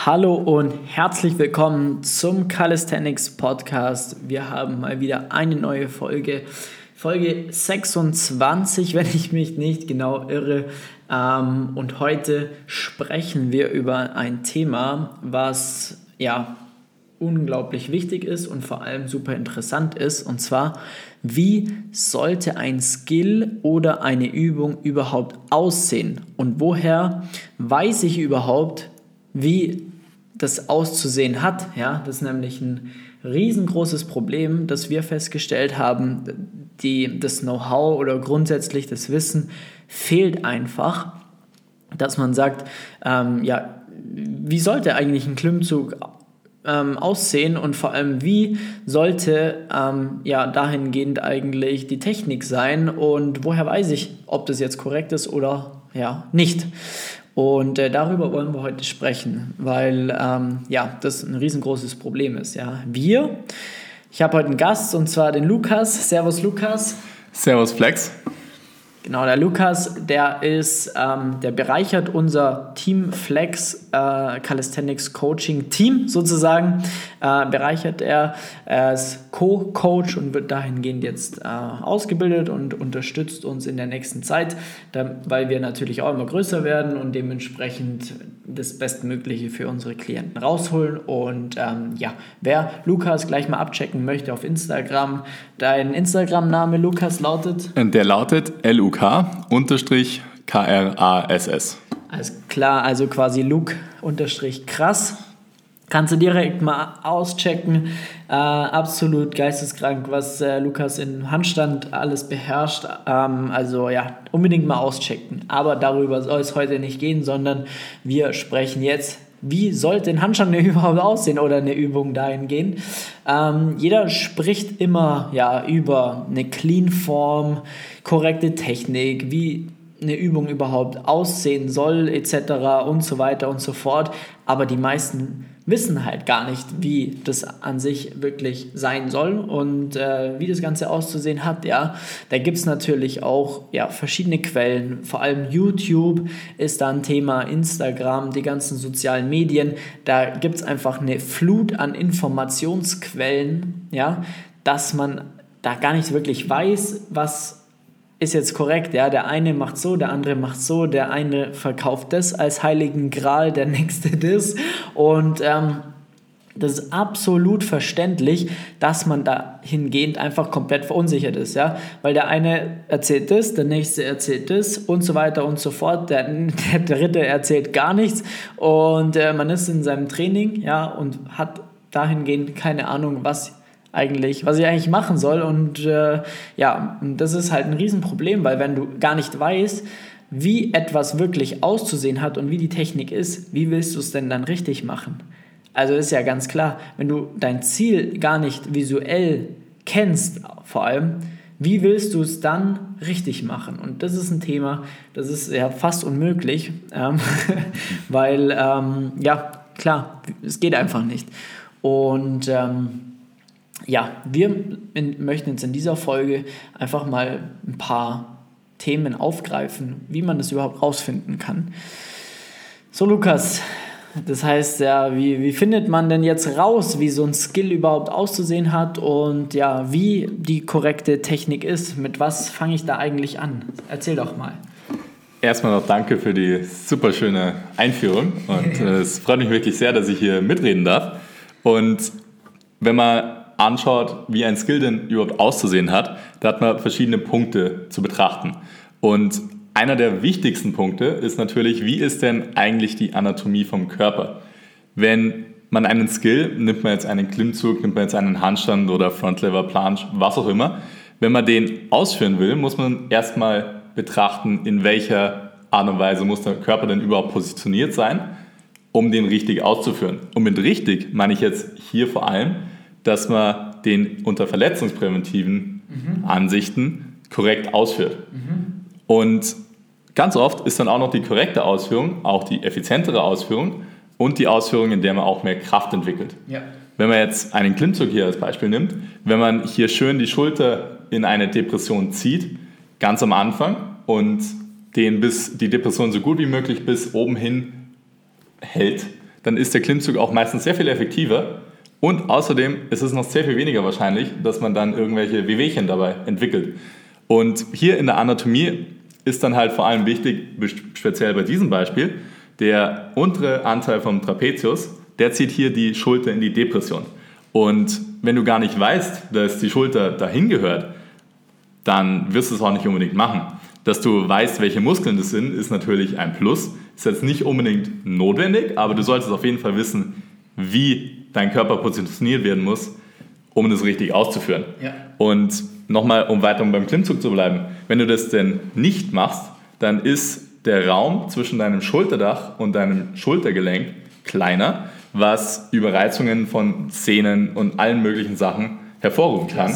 Hallo und herzlich willkommen zum Calisthenics Podcast. Wir haben mal wieder eine neue Folge, Folge 26, wenn ich mich nicht genau irre. Und heute sprechen wir über ein Thema, was unglaublich wichtig ist und vor allem super interessant ist. Und zwar, wie sollte ein Skill oder eine Übung überhaupt aussehen? Und woher weiß ich überhaupt, wie das auszusehen hat? Ja, das ist nämlich ein riesengroßes Problem, das wir festgestellt haben. Das Know-how oder grundsätzlich das Wissen fehlt einfach, dass man sagt, wie sollte eigentlich ein Klimmzug aussehen und vor allem, wie sollte dahingehend eigentlich die Technik sein und woher weiß ich, ob das jetzt korrekt ist oder nicht. Und darüber wollen wir heute sprechen, weil das ein riesengroßes Problem ist. Ja. Ich habe heute einen Gast und zwar den Lukas. Servus Lukas. Servus Flex. Genau, der Lukas, der bereichert unser Team Flex Calisthenics Coaching Team sozusagen. Bereichert er als Co-Coach und wird dahingehend jetzt ausgebildet und unterstützt uns in der nächsten Zeit, weil wir natürlich auch immer größer werden und dementsprechend das Bestmögliche für unsere Klienten rausholen. Und wer Lukas gleich mal abchecken möchte auf Instagram, dein Instagram-Name, Lukas, lautet? Der lautet LUK_KRASS. Alles klar, also quasi Luke_krass. Kannst du direkt mal auschecken. Absolut geisteskrank, was Lukas in Handstand alles beherrscht. Unbedingt mal auschecken. Aber darüber soll es heute nicht gehen, sondern wir sprechen jetzt, wie sollte ein Handstand überhaupt aussehen oder eine Übung dahingehend. Jeder spricht immer über eine Clean-Form, korrekte Technik, wie eine Übung überhaupt aussehen soll etc. und so weiter und so fort. Aber die meisten wissen halt gar nicht, wie das an sich wirklich sein soll und wie das Ganze auszusehen hat. Ja. Da gibt es natürlich auch verschiedene Quellen, vor allem YouTube ist da ein Thema, Instagram, die ganzen sozialen Medien. Da gibt es einfach eine Flut an Informationsquellen, dass man da gar nicht wirklich weiß, was ist jetzt korrekt, der eine macht so, der andere macht so, der eine verkauft das als heiligen Gral, der nächste das und das ist absolut verständlich, dass man dahingehend einfach komplett verunsichert ist, weil der eine erzählt das, der nächste erzählt das und so weiter und so fort, der dritte erzählt gar nichts und man ist in seinem Training, und hat dahingehend keine Ahnung, was ich eigentlich machen soll und und das ist halt ein Riesenproblem, weil wenn du gar nicht weißt, wie etwas wirklich auszusehen hat und wie die Technik ist, wie willst du es denn dann richtig machen? Also ist ja ganz klar, wenn du dein Ziel gar nicht visuell kennst vor allem, wie willst du es dann richtig machen? Und das ist ein Thema, das ist fast unmöglich, weil klar, es geht einfach nicht. Und wir möchten jetzt in dieser Folge einfach mal ein paar Themen aufgreifen, wie man das überhaupt rausfinden kann. So, Lukas, das heißt, wie findet man denn jetzt raus, wie so ein Skill überhaupt auszusehen hat und wie die korrekte Technik ist? Mit was fange ich da eigentlich an? Erzähl doch mal. Erstmal noch danke für die super schöne Einführung und es freut mich wirklich sehr, dass ich hier mitreden darf. Und wenn man anschaut, wie ein Skill denn überhaupt auszusehen hat, da hat man verschiedene Punkte zu betrachten. Und einer der wichtigsten Punkte ist natürlich, wie ist denn eigentlich die Anatomie vom Körper? Wenn man einen Skill, nimmt man jetzt einen Klimmzug, nimmt man jetzt einen Handstand oder Front Lever Planche, was auch immer, wenn man den ausführen will, muss man erstmal betrachten, in welcher Art und Weise muss der Körper denn überhaupt positioniert sein, um den richtig auszuführen. Und mit richtig meine ich jetzt hier vor allem, dass man den unter verletzungspräventiven Ansichten korrekt ausführt. Und ganz oft ist dann auch noch die korrekte Ausführung, auch die effizientere Ausführung und die Ausführung, in der man auch mehr Kraft entwickelt. Ja. Wenn man jetzt einen Klimmzug hier als Beispiel nimmt, wenn man hier schön die Schulter in eine Depression zieht, ganz am Anfang und den bis die Depression so gut wie möglich bis oben hin hält, dann ist der Klimmzug auch meistens sehr viel effektiver. Und außerdem ist es noch sehr viel weniger wahrscheinlich, dass man dann irgendwelche Wehwehchen dabei entwickelt. Und hier in der Anatomie ist dann halt vor allem wichtig, speziell bei diesem Beispiel, der untere Anteil vom Trapezius, der zieht hier die Schulter in die Depression. Und wenn du gar nicht weißt, dass die Schulter dahin gehört, dann wirst du es auch nicht unbedingt machen. Dass du weißt, welche Muskeln das sind, ist natürlich ein Plus. Ist jetzt nicht unbedingt notwendig, aber du solltest auf jeden Fall wissen, wie dein Körper positioniert werden muss, um das richtig auszuführen. Ja. Und nochmal, um weiter beim Klimmzug zu bleiben, wenn du das denn nicht machst, dann ist der Raum zwischen deinem Schulterdach und deinem Schultergelenk kleiner, was Überreizungen von Sehnen und allen möglichen Sachen hervorrufen kann.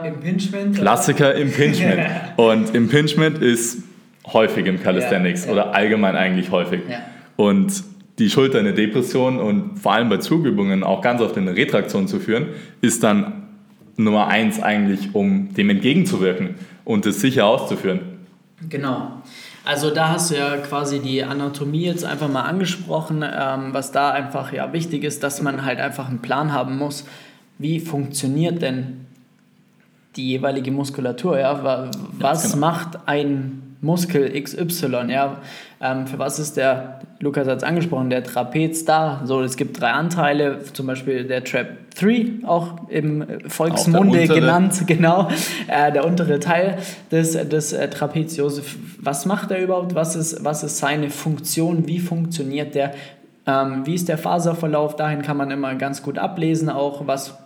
Klassiker Impingement. Und Impingement ist häufig im Calisthenics oder allgemein eigentlich häufig. Ja. Und die Schulter in eine Depression und vor allem bei Zugübungen auch ganz oft in eine Retraktion zu führen, ist dann Nummer 1 eigentlich, um dem entgegenzuwirken und es sicher auszuführen. Genau. Also da hast du ja quasi die Anatomie jetzt einfach mal angesprochen, was da einfach ja wichtig ist, dass man halt einfach einen Plan haben muss, wie funktioniert denn die jeweilige Muskulatur, ja? Was macht ein Muskel XY, ja? Für was ist der, Lukas hat es angesprochen, der Trapez da? So, es gibt 3 Anteile, zum Beispiel der Trap 3, auch im Volksmunde genannt, genau, der untere Teil des Trapezius. Was macht er überhaupt? Was ist seine Funktion? Wie funktioniert der? Wie ist der Faserverlauf? Dahin kann man immer ganz gut ablesen, auch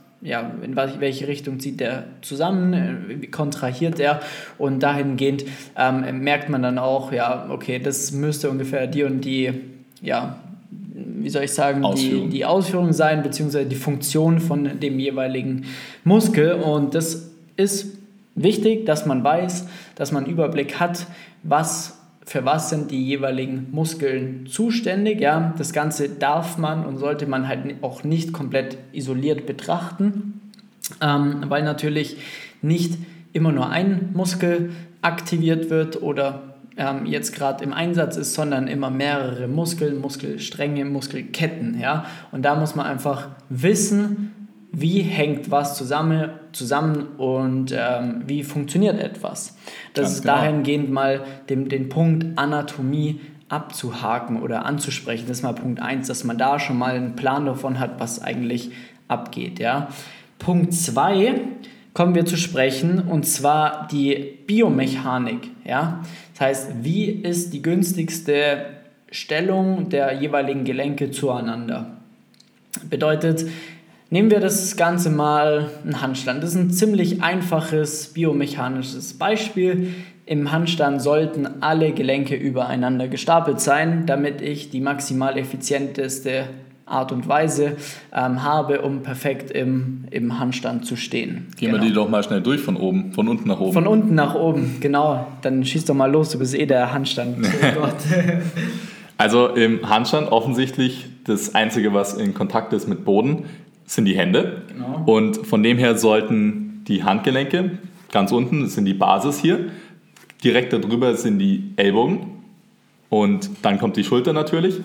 in welche Richtung zieht der zusammen, wie kontrahiert er, und dahingehend merkt man dann auch, ja, okay, das müsste ungefähr die und die, ja, wie soll ich sagen, die Ausführung sein, beziehungsweise die Funktion von dem jeweiligen Muskel, und das ist wichtig, dass man weiß, dass man einen Überblick hat, für was sind die jeweiligen Muskeln zuständig. Ja? Das Ganze darf man und sollte man halt auch nicht komplett isoliert betrachten, weil natürlich nicht immer nur ein Muskel aktiviert wird oder jetzt gerade im Einsatz ist, sondern immer mehrere Muskelstränge, Muskelketten. Ja? Und da muss man einfach wissen, wie hängt was zusammen und wie funktioniert etwas. Das ist genau. Dahingehend mal den Punkt Anatomie abzuhaken oder anzusprechen. Das ist mal Punkt 1, dass man da schon mal einen Plan davon hat, was eigentlich abgeht. Ja. Punkt 2 kommen wir zu sprechen, und zwar die Biomechanik. Ja. Das heißt, wie ist die günstigste Stellung der jeweiligen Gelenke zueinander? Bedeutet, nehmen wir das Ganze mal einen Handstand. Das ist ein ziemlich einfaches biomechanisches Beispiel. Im Handstand sollten alle Gelenke übereinander gestapelt sein, damit ich die maximal effizienteste Art und Weise habe, um perfekt im Handstand zu stehen. Gehen wir die doch mal schnell durch von unten nach oben. Von unten nach oben, genau. Dann schieß doch mal los, du bist der Handstand. Also im Handstand offensichtlich das Einzige, was in Kontakt ist mit Boden, sind die Hände. Genau. Und von dem her sollten die Handgelenke, ganz unten, das sind die Basis hier, direkt darüber sind die Ellbogen und dann kommt die Schulter natürlich,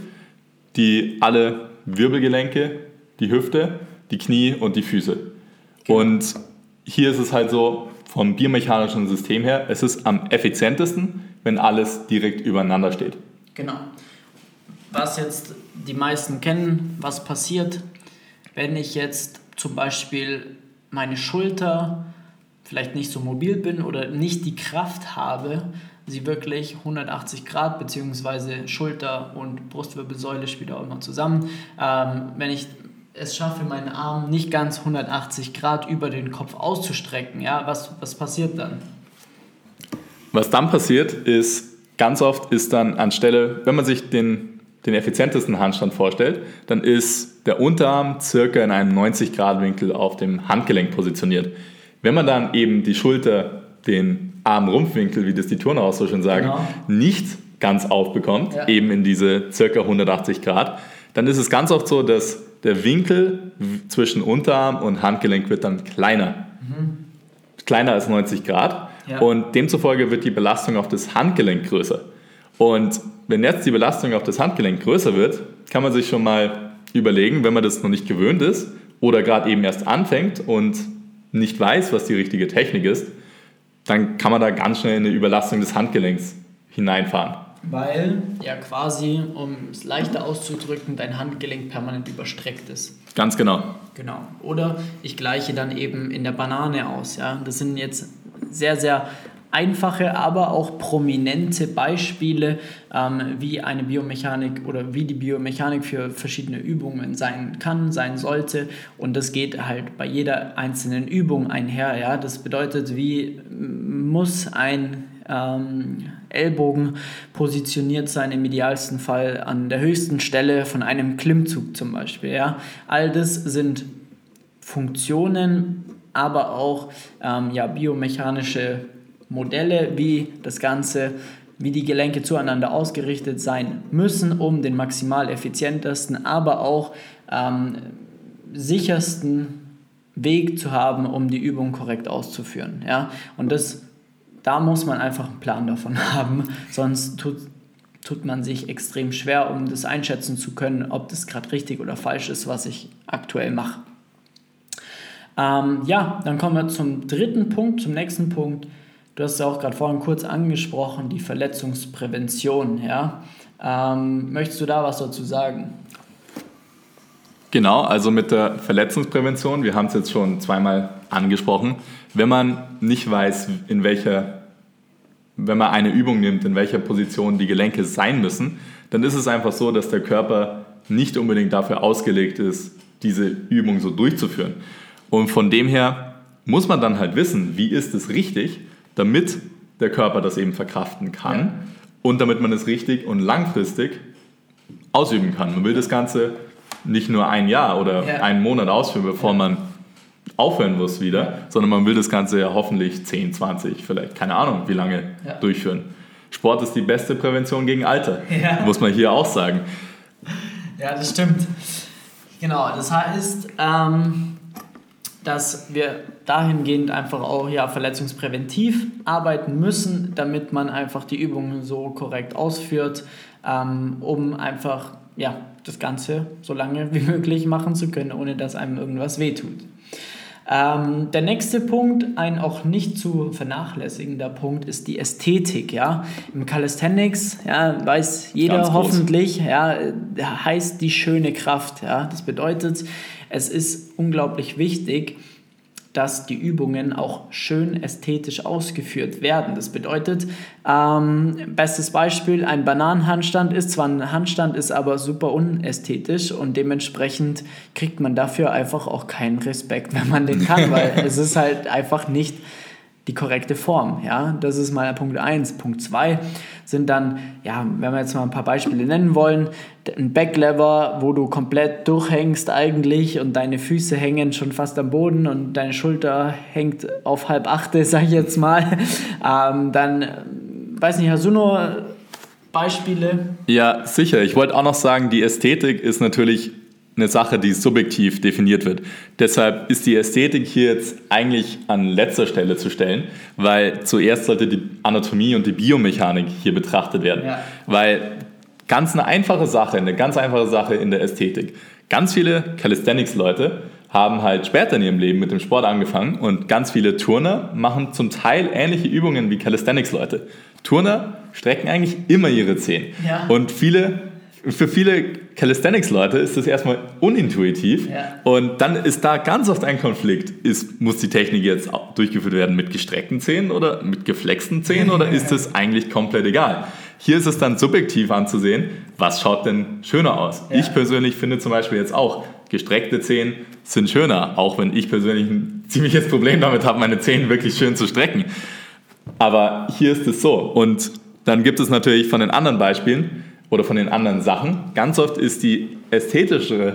alle Wirbelgelenke, die Hüfte, die Knie und die Füße. Genau. Und hier ist es halt so, vom biomechanischen System her, es ist am effizientesten, wenn alles direkt übereinander steht. Genau. Was jetzt die meisten kennen, was passiert, wenn ich jetzt zum Beispiel meine Schulter vielleicht nicht so mobil bin oder nicht die Kraft habe, sie wirklich 180 Grad bzw. Schulter und Brustwirbelsäule spielt auch noch zusammen, wenn ich es schaffe, meinen Arm nicht ganz 180 Grad über den Kopf auszustrecken, ja, was passiert dann? Was dann passiert ist, ganz oft ist dann anstelle, wenn man sich den effizientesten Handstand vorstellt, dann ist der Unterarm circa in einem 90-Grad-Winkel auf dem Handgelenk positioniert. Wenn man dann eben die Schulter, den Arm-Rumpfwinkel, wie das die Turner auch so schön sagen, genau, nicht ganz aufbekommt, ja, eben in diese circa 180 Grad, dann ist es ganz oft so, dass der Winkel zwischen Unterarm und Handgelenk wird dann kleiner. Kleiner als 90 Grad. Ja. Und demzufolge wird die Belastung auf das Handgelenk größer. Und wenn jetzt die Belastung auf das Handgelenk größer wird, kann man sich schon mal überlegen, wenn man das noch nicht gewöhnt ist oder gerade eben erst anfängt und nicht weiß, was die richtige Technik ist, dann kann man da ganz schnell in eine Überlastung des Handgelenks hineinfahren. Weil ja quasi, um es leichter auszudrücken, dein Handgelenk permanent überstreckt ist. Ganz genau. Genau. Oder ich gleiche dann eben in der Banane aus. Ja? Das sind jetzt sehr, sehr einfache, aber auch prominente Beispiele, wie eine Biomechanik oder wie die Biomechanik für verschiedene Übungen sein kann, sein sollte. Und das geht halt bei jeder einzelnen Übung einher. Ja? Das bedeutet, wie muss ein Ellbogen positioniert sein, im idealsten Fall an der höchsten Stelle von einem Klimmzug zum Beispiel. Ja? All das sind Funktionen, aber auch biomechanische Modelle, wie das Ganze, wie die Gelenke zueinander ausgerichtet sein müssen, um den maximal effizientesten, aber auch sichersten Weg zu haben, um die Übung korrekt auszuführen. Ja? Und da muss man einfach einen Plan davon haben, sonst tut man sich extrem schwer, um das einschätzen zu können, ob das gerade richtig oder falsch ist, was ich aktuell mache. Dann kommen wir zum nächsten Punkt. Du hast es auch gerade vorhin kurz angesprochen, die Verletzungsprävention. Ja? Möchtest du da was dazu sagen? Genau, also mit der Verletzungsprävention, wir haben es jetzt schon zweimal angesprochen, wenn man nicht weiß, wenn man eine Übung nimmt, in welcher Position die Gelenke sein müssen, dann ist es einfach so, dass der Körper nicht unbedingt dafür ausgelegt ist, diese Übung so durchzuführen. Und von dem her muss man dann halt wissen, wie ist es richtig, damit der Körper das eben verkraften kann und damit man es richtig und langfristig ausüben kann. Man will das Ganze nicht nur ein Jahr oder einen Monat ausführen, bevor man aufhören muss wieder, sondern man will das Ganze ja hoffentlich 10, 20, vielleicht keine Ahnung wie lange durchführen. Sport ist die beste Prävention gegen Alter, muss man hier auch sagen. Ja, das stimmt. Genau, das heißt, dass wir dahingehend einfach auch verletzungspräventiv arbeiten müssen, damit man einfach die Übungen so korrekt ausführt, um einfach das Ganze so lange wie möglich machen zu können, ohne dass einem irgendwas wehtut. Der nächste Punkt, ein auch nicht zu vernachlässigender Punkt, ist die Ästhetik. Ja? Im Calisthenics weiß jeder hoffentlich, heißt die schöne Kraft. Ja? Das bedeutet, es ist unglaublich wichtig, dass die Übungen auch schön ästhetisch ausgeführt werden. Das bedeutet, bestes Beispiel, ein Bananenhandstand ist zwar ein Handstand, ist aber super unästhetisch und dementsprechend kriegt man dafür einfach auch keinen Respekt, wenn man den kann, weil es ist halt einfach nicht die korrekte Form. Ja? Das ist mal Punkt 1. Punkt 2 sind dann, wenn wir jetzt mal ein paar Beispiele nennen wollen, ein Backlever, wo du komplett durchhängst eigentlich und deine Füße hängen schon fast am Boden und deine Schulter hängt auf 7/8, sag ich jetzt mal. Dann, weiß nicht, hast du noch Beispiele? Ja, sicher. Ich wollte auch noch sagen, die Ästhetik ist natürlich eine Sache, die subjektiv definiert wird. Deshalb ist die Ästhetik hier jetzt eigentlich an letzter Stelle zu stellen, weil zuerst sollte die Anatomie und die Biomechanik hier betrachtet werden. Ja. Weil eine ganz einfache Sache in der Ästhetik. Ganz viele Calisthenics-Leute haben halt später in ihrem Leben mit dem Sport angefangen und ganz viele Turner machen zum Teil ähnliche Übungen wie Calisthenics-Leute. Turner strecken eigentlich immer ihre Zehen. Ja. Und für viele Calisthenics-Leute ist das erstmal unintuitiv und dann ist da ganz oft ein Konflikt. Muss die Technik jetzt durchgeführt werden mit gestreckten Zähnen oder mit geflexten Zähnen oder ist es eigentlich komplett egal? Hier ist es dann subjektiv anzusehen, was schaut denn schöner aus? Ja. Ich persönlich finde zum Beispiel jetzt auch, gestreckte Zehen sind schöner, auch wenn ich persönlich ein ziemliches Problem damit habe, meine Zehen wirklich schön zu strecken. Aber hier ist es so. Und dann gibt es natürlich von den anderen Beispielen oder von den anderen Sachen, ganz oft ist die ästhetischere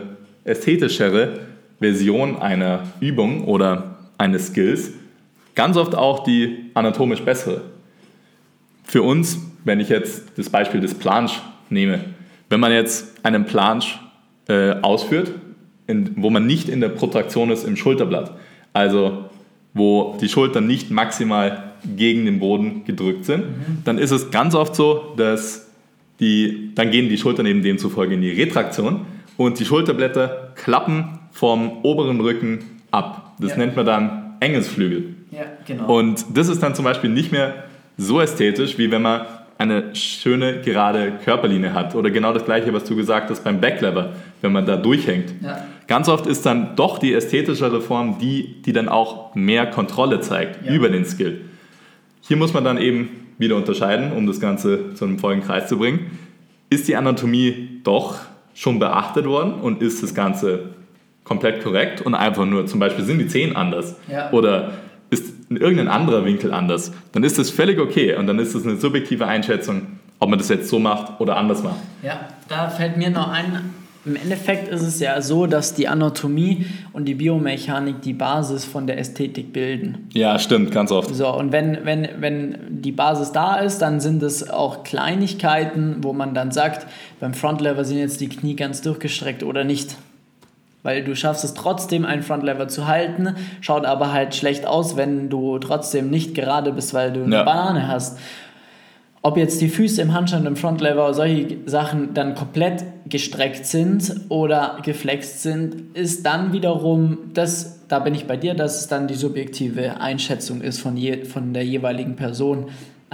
Version einer Übung oder eines Skills ganz oft auch die anatomisch bessere. Für uns, wenn ich jetzt das Beispiel des Planche nehme, wenn man jetzt einen Planche ausführt, wo man nicht in der Protraktion ist im Schulterblatt, also wo die Schultern nicht maximal gegen den Boden gedrückt sind, dann ist es ganz oft so, dass dann gehen die Schultern eben demzufolge in die Retraktion und die Schulterblätter klappen vom oberen Rücken ab. Das nennt man dann Engelsflügel. Ja, genau. Und das ist dann zum Beispiel nicht mehr so ästhetisch, wie wenn man eine schöne, gerade Körperlinie hat. Oder genau das Gleiche, was du gesagt hast beim Backlever, wenn man da durchhängt. Ja. Ganz oft ist dann doch die ästhetischere Form die dann auch mehr Kontrolle zeigt über den Skill. Hier muss man dann eben wieder unterscheiden, um das Ganze zu einem vollen Kreis zu bringen. Ist die Anatomie doch schon beachtet worden und ist das Ganze komplett korrekt und einfach nur, zum Beispiel sind die Zehen anders oder ist irgendein anderer Winkel anders, dann ist das völlig okay und dann ist das eine subjektive Einschätzung, ob man das jetzt so macht oder anders macht. Ja, da fällt mir noch ein, im Endeffekt ist es ja so, dass die Anatomie und die Biomechanik die Basis von der Ästhetik bilden. Ja, stimmt, ganz oft. So, und wenn die Basis da ist, dann sind es auch Kleinigkeiten, wo man dann sagt, beim Frontlever sind jetzt die Knie ganz durchgestreckt oder nicht. Weil du schaffst es trotzdem, einen Frontlever zu halten, schaut aber halt schlecht aus, wenn du trotzdem nicht gerade bist, weil du eine Banane hast. Ob jetzt die Füße im Handstand, im Frontlever oder solche Sachen dann komplett gestreckt sind oder geflext sind, ist dann wiederum, da bin ich bei dir, dass es dann die subjektive Einschätzung ist von der jeweiligen Person.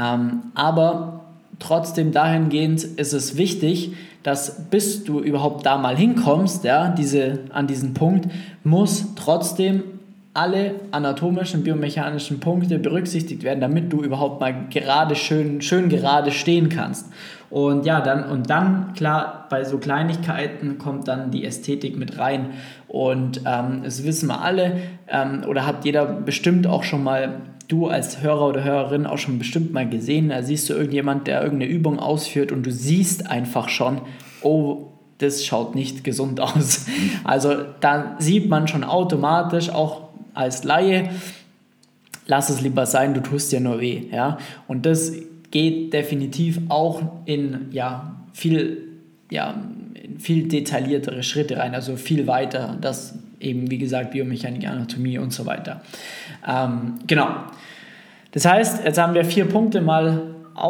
Aber trotzdem dahingehend ist es wichtig, dass bis du überhaupt da mal hinkommst, an diesen Punkt, muss trotzdem alle anatomischen, biomechanischen Punkte berücksichtigt werden, damit du überhaupt mal gerade schön gerade stehen kannst. Und ja, dann klar, bei so Kleinigkeiten kommt dann die Ästhetik mit rein. Und das wissen wir alle, oder hat jeder bestimmt auch schon mal, du als Hörer oder Hörerin auch schon bestimmt mal gesehen, da siehst du irgendjemand, der irgendeine Übung ausführt und du siehst einfach schon, oh, das schaut nicht gesund aus. Also da sieht man schon automatisch auch als Laie, lass es lieber sein, du tust dir nur weh. Ja? Und das geht definitiv auch in viel detailliertere Schritte rein, also viel weiter, das eben wie gesagt Biomechanik, Anatomie und so weiter. Genau. Das heißt, jetzt haben wir 4 Punkte mal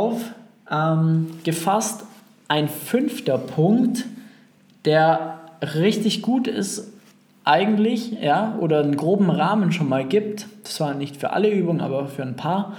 aufgefasst. Ein 5. Punkt, der richtig gut ist eigentlich, oder einen groben Rahmen schon mal gibt, zwar nicht für alle Übungen, aber für ein paar,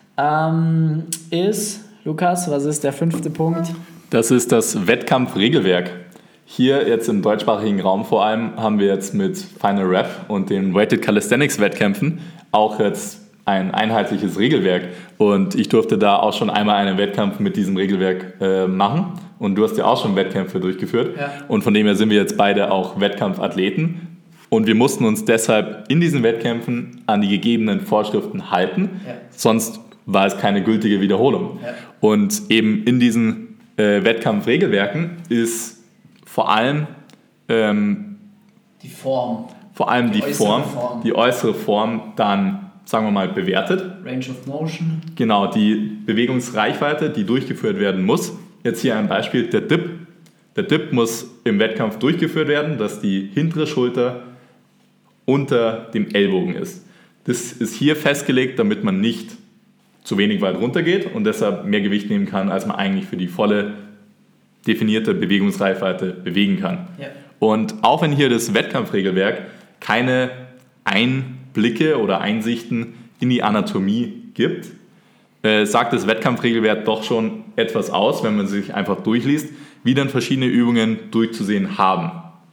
ist, Lukas, was ist der 5. Punkt? Das ist das Wettkampfregelwerk. Hier jetzt im deutschsprachigen Raum vor allem haben wir jetzt mit Final Rep und den Weighted Calisthenics Wettkämpfen auch jetzt ein einheitliches Regelwerk und ich durfte da auch schon einmal einen Wettkampf mit diesem Regelwerk machen und du hast ja auch schon Wettkämpfe durchgeführt und von dem her sind wir jetzt beide auch Wettkampfathleten und wir mussten uns deshalb in diesen Wettkämpfen an die gegebenen Vorschriften halten, sonst war es keine gültige Wiederholung. Und eben in diesen Wettkampfregelwerken ist vor allem die Form. Die äußere Form dann, sagen wir mal, bewertet. Range of Motion. Genau, die Bewegungsreichweite, die durchgeführt werden muss. Jetzt hier ein Beispiel, der Dip. Der Dip muss im Wettkampf durchgeführt werden, dass die hintere Schulter unter dem Ellbogen ist. Das ist hier festgelegt, damit man nicht zu wenig weit runter geht und deshalb mehr Gewicht nehmen kann, als man eigentlich für die volle definierte Bewegungsreichweite bewegen kann. Ja. Und auch wenn hier das Wettkampfregelwerk keine Einblicke oder Einsichten in die Anatomie gibt, sagt das Wettkampfregelwerk doch schon etwas aus, wenn man sich einfach durchliest, wie dann verschiedene Übungen auszusehen haben.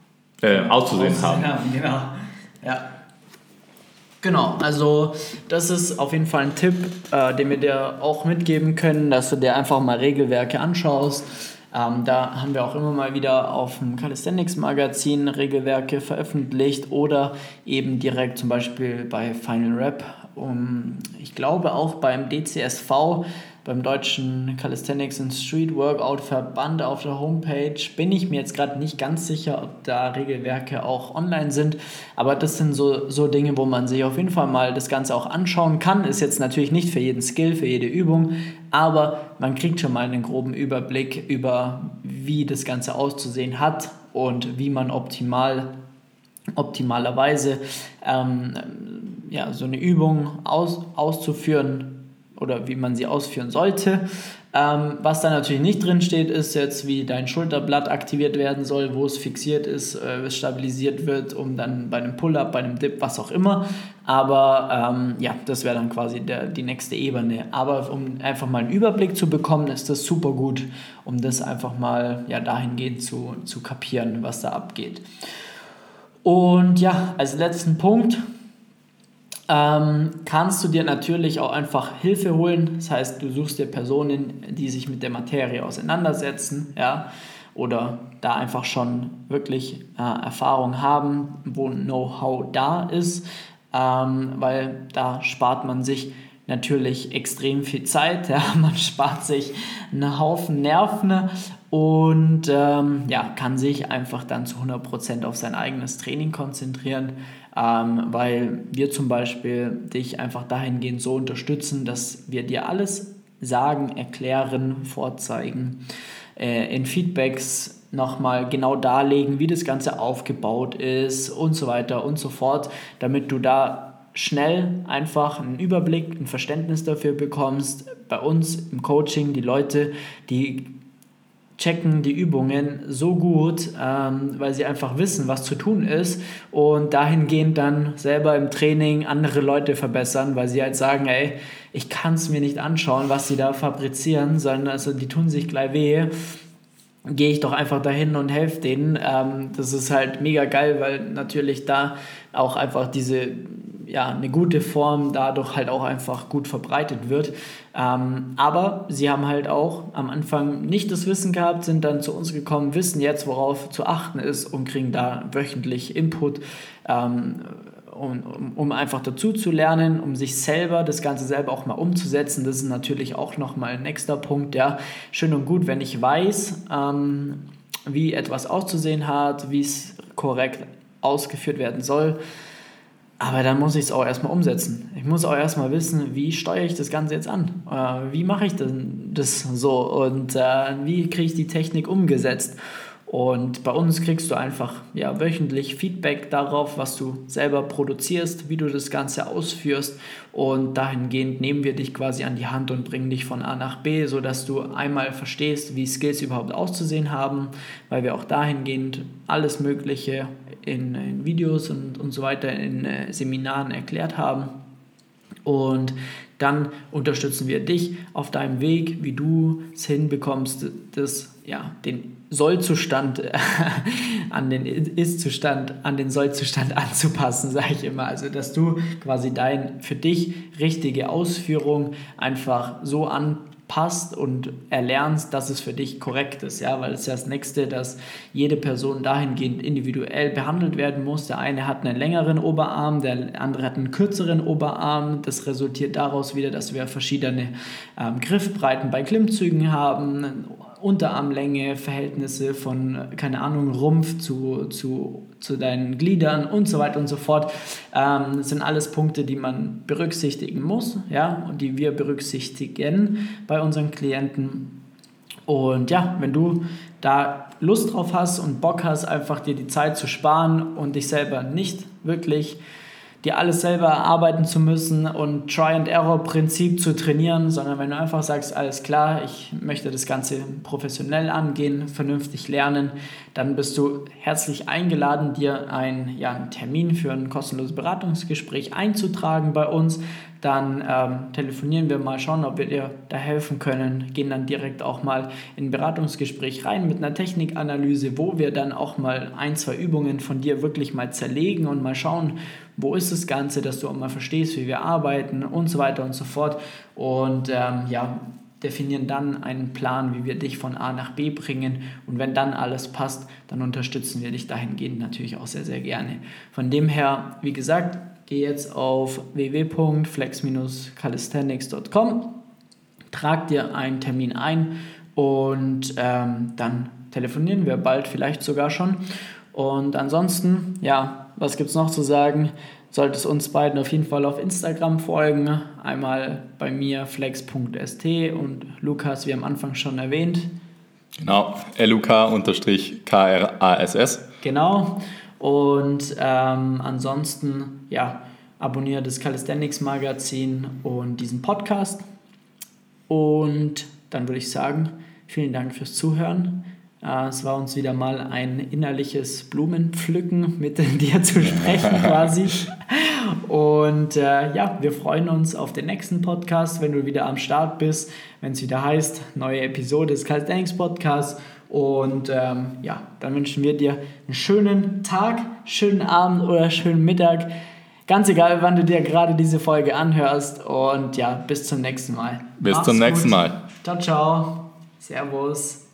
Genau. Ja. Genau, also das ist auf jeden Fall ein Tipp, den wir dir auch mitgeben können, dass du dir einfach mal Regelwerke anschaust. Da haben wir auch immer mal wieder auf dem Calisthenics-Magazin Regelwerke veröffentlicht oder eben direkt zum Beispiel bei Final Rep. Ich glaube auch beim DCSV, beim Deutschen Calisthenics and Street Workout Verband auf der Homepage, bin ich mir jetzt gerade nicht ganz sicher, ob da Regelwerke auch online sind, aber das sind so Dinge, wo man sich auf jeden Fall mal das Ganze auch anschauen kann. Ist jetzt natürlich nicht für jeden Skill, für jede Übung, aber man kriegt schon mal einen groben Überblick über, wie das Ganze auszusehen hat und wie man optimalerweise so eine Übung auszuführen oder wie man sie ausführen sollte. Was da natürlich nicht drin steht, ist jetzt, wie dein Schulterblatt aktiviert werden soll, wo es fixiert ist, es stabilisiert wird, um dann bei einem Pull-Up, bei einem Dip, was auch immer. Aber das wäre dann quasi die nächste Ebene. Aber um einfach mal einen Überblick zu bekommen, ist das super gut, um das einfach mal dahingehend zu kapieren, was da abgeht. Und ja, als letzten Punkt kannst du dir natürlich auch einfach Hilfe holen. Das heißt, du suchst dir Personen, die sich mit der Materie auseinandersetzen, ja, oder da einfach schon wirklich Erfahrung haben, wo Know-how da ist, weil da spart man sich natürlich extrem viel Zeit, ja, man spart sich einen Haufen Nerven und kann sich einfach dann zu 100% auf sein eigenes Training konzentrieren, weil wir zum Beispiel dich einfach dahingehend so unterstützen, dass wir dir alles sagen, erklären, vorzeigen, in Feedbacks nochmal genau darlegen, wie das Ganze aufgebaut ist und so weiter und so fort, damit du da schnell einfach einen Überblick, ein Verständnis dafür bekommst. Bei uns im Coaching, die Leute, die checken die Übungen so gut, weil sie einfach wissen, was zu tun ist und dahingehend dann selber im Training andere Leute verbessern, weil sie halt sagen, ey, ich kann es mir nicht anschauen, was sie da fabrizieren, sondern also die tun sich gleich weh. Gehe ich doch einfach dahin und helfe denen. Das ist halt mega geil, weil natürlich da auch einfach eine gute Form dadurch halt auch einfach gut verbreitet wird. Aber sie haben halt auch am Anfang nicht das Wissen gehabt, sind dann zu uns gekommen, wissen jetzt, worauf zu achten ist und kriegen da wöchentlich Input, um einfach dazu zu lernen, um sich selber, das Ganze selber auch mal umzusetzen. Das ist natürlich auch nochmal ein nächster Punkt. Ja. Schön und gut, wenn ich weiß, wie etwas auszusehen hat, wie es korrekt ausgeführt werden soll. Aber dann muss ich es auch erstmal umsetzen. Ich muss auch erstmal wissen, wie steuere ich das Ganze jetzt an? Wie mache ich denn das so? Und wie kriege ich die Technik umgesetzt? Und bei uns kriegst du einfach wöchentlich Feedback darauf, was du selber produzierst, wie du das Ganze ausführst. Und dahingehend nehmen wir dich quasi an die Hand und bringen dich von A nach B, sodass du einmal verstehst, wie Skills überhaupt auszusehen haben, weil wir auch dahingehend alles Mögliche in Videos und so weiter in Seminaren erklärt haben. Und dann unterstützen wir dich auf deinem Weg, wie du es hinbekommst, den Sollzustand an den Ist-Zustand, an den Sollzustand anzupassen, sage ich immer. Also, dass du quasi für dich richtige Ausführung einfach so anpasst und erlernst, dass es für dich korrekt ist. Ja? Weil es ist ja das Nächste, dass jede Person dahingehend individuell behandelt werden muss. Der eine hat einen längeren Oberarm, der andere hat einen kürzeren Oberarm. Das resultiert daraus wieder, dass wir verschiedene Griffbreiten bei Klimmzügen haben, Unterarmlänge, Verhältnisse von, keine Ahnung, Rumpf zu deinen Gliedern und so weiter und so fort. Das sind alles Punkte, die man berücksichtigen muss, ja, und die wir berücksichtigen bei unseren Klienten. Und ja, wenn du da Lust drauf hast und Bock hast, einfach dir die Zeit zu sparen und dich selber nicht wirklich dir alles selber erarbeiten zu müssen und Try-and-Error-Prinzip zu trainieren, sondern wenn du einfach sagst, alles klar, ich möchte das Ganze professionell angehen, vernünftig lernen, dann bist du herzlich eingeladen, dir einen Termin für ein kostenloses Beratungsgespräch einzutragen bei uns. Dann telefonieren wir mal, schauen, ob wir dir da helfen können, gehen dann direkt auch mal in ein Beratungsgespräch rein mit einer Technikanalyse, wo wir dann auch mal 1-2 Übungen von dir wirklich mal zerlegen und mal schauen, wo ist das Ganze, dass du auch mal verstehst, wie wir arbeiten und so weiter und so fort. Und definieren dann einen Plan, wie wir dich von A nach B bringen. Und wenn dann alles passt, dann unterstützen wir dich dahingehend natürlich auch sehr, sehr gerne. Von dem her, wie gesagt, geh jetzt auf www.flex-calisthenics.com, trag dir einen Termin ein und dann telefonieren wir bald vielleicht sogar schon. Und ansonsten, was gibt es noch zu sagen? Solltest uns beiden auf jeden Fall auf Instagram folgen. Einmal bei mir flex.st und Lukas, wie am Anfang schon erwähnt. Genau, LUK_KRASS. Genau. Und ansonsten, abonniere das Calisthenics Magazin und diesen Podcast. Und dann würde ich sagen, vielen Dank fürs Zuhören. Es war uns wieder mal ein innerliches Blumenpflücken, mit dir zu sprechen quasi. Und wir freuen uns auf den nächsten Podcast, wenn du wieder am Start bist, wenn es wieder heißt, neue Episode des Calisthenics Podcasts. Und dann wünschen wir dir einen schönen Tag, schönen Abend oder schönen Mittag. Ganz egal, wann du dir gerade diese Folge anhörst. Und bis zum nächsten Mal. Bis zum nächsten Mal. Ciao, ciao. Servus.